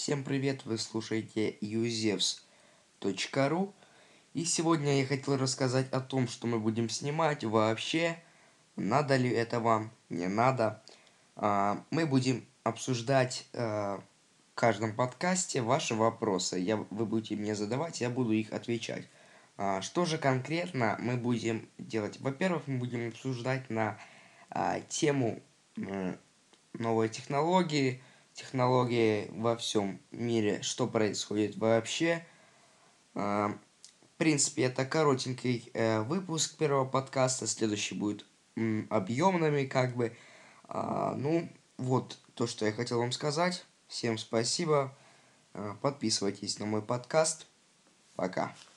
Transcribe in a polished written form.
Всем привет, вы слушаете usevs.ru. И сегодня я хотел рассказать о том, что мы будем снимать вообще, надо ли это вам, не надо. Мы будем обсуждать в каждом подкасте ваши вопросы. Вы будете мне задавать, я буду их отвечать. Что же конкретно мы будем делать? Во-первых, мы будем обсуждать на тему новые технологии во всем мире, что происходит вообще. В принципе, это коротенький выпуск первого подкаста, следующий будет объемными, как бы. Ну, вот то, что я хотел вам сказать. Всем спасибо. Подписывайтесь на мой подкаст. Пока.